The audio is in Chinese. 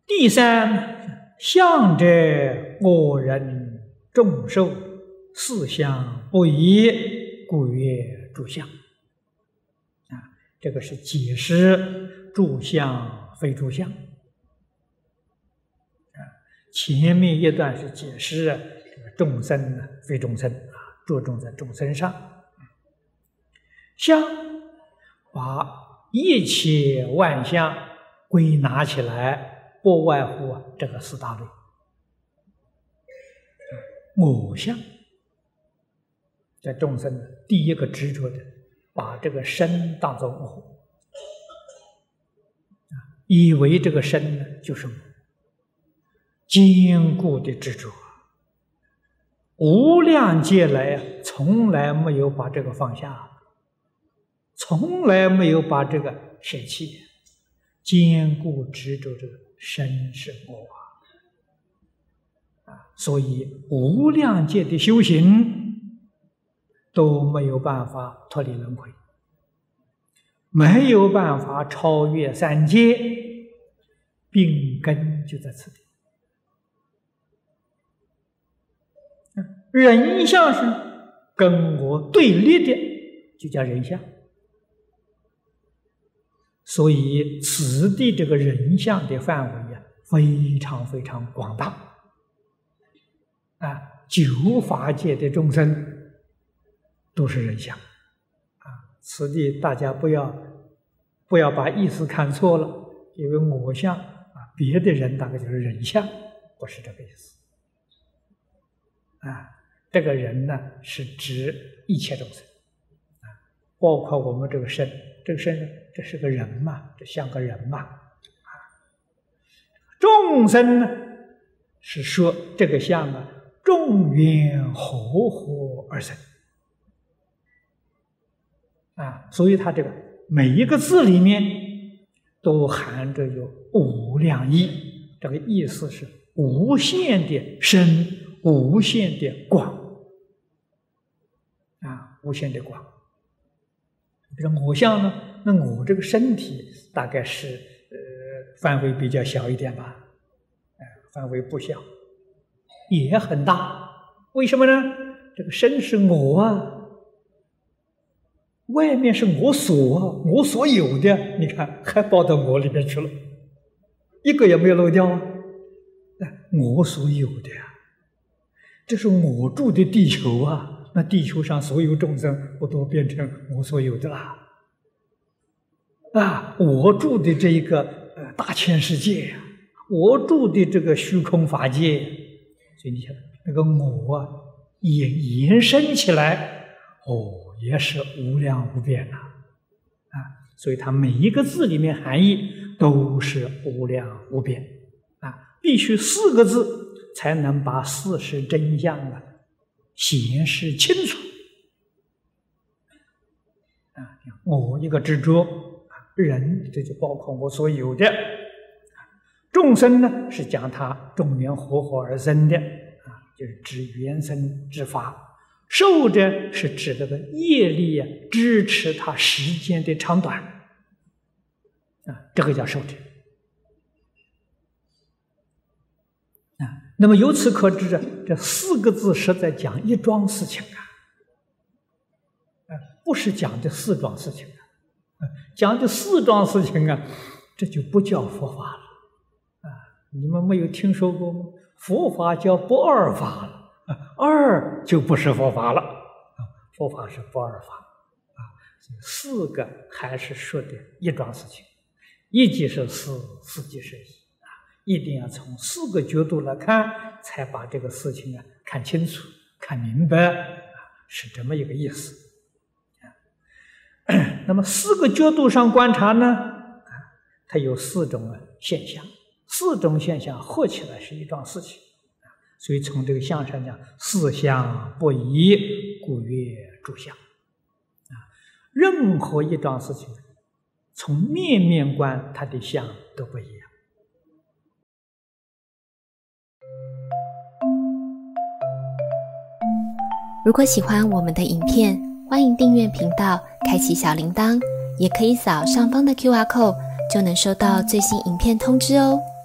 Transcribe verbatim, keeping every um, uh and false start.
第三，相者我人众寿，四相不一，故曰诸相。啊，这个是解释诸相非诸相。啊，前面一段是解释这个众生非众生，啊，着重在众生上。相把一切万象归纳起来，不外乎这个四大类。我相在众生第一个执着的，把这个身当作我，以为这个身呢就是我，坚固的执着，无量劫来啊，从来没有把这个放下，从来没有把这个舍弃，坚固执着这个身是我啊，啊，所以无量劫的修行都没有办法脱离轮回，没有办法超越三界，病根就在此地。人相是跟我对立的，就叫人相。所以此地这个人相的范围啊，非常非常广大啊，九法界的众生都是人相啊。此地大家不要不要把意思看错了，因为我相啊，别的人大概就是人相，不是这个意思啊。这个人呢，是指一切众生啊，包括我们这个身，这个身这是个人嘛，这像个人嘛啊。众生呢，是说这个相啊，众缘和合而生啊，所以它这个每一个字里面都含着有无量义，这个意思是无限的深，无限的广啊，无限的广。比如我相呢，那我这个身体大概是呃范围比较小一点吧，呃、范围不小，也很大。为什么呢？这个身是我啊，外面是我所我所有的，你看还包到我里边去了，一个也没有漏掉啊。我所有的呀，这是我住的地球啊。那地球上所有众生不都变成我所有的啦？啊，我住的这一个呃大千世界呀，我住的这个虚空法界，所以你想那个我啊，延延伸起来，哦，也是无量无边呐，啊，所以它每一个字里面含义都是无量无边啊，必须四个字才能把事实真相啊显示清楚啊！我一个执着，人这就包括我所有的，众生呢是讲它众缘和合而生的啊，就是指缘生之法。受者是指这个业力啊，支持它时间的长短啊，这个叫受者啊。那么由此可知啊，这四个字是在讲一桩事情啊，啊，不是讲的四桩事情啊，啊，讲的四桩事情啊，这就不叫佛法了啊！你们没有听说过吗？佛法叫不二法了，啊，二就不是佛法了啊！佛法是不二法啊，四个还是说的一桩事情，一即是四，四即是一。一定要从四个角度来看，才把这个事情啊看清楚、看明白啊，是这么一个意思。那么四个角度上观察呢，啊，它有四种现象，四种现象合起来是一桩事情啊。所以从这个相上讲，四相不一，故曰诸相啊。任何一桩事情，从面面观，它的相都不一样。 如果喜欢我们的影片，欢迎订阅频道，开启小铃铛，也可以扫上方的 Q R code， 就能收到最新影片通知哦。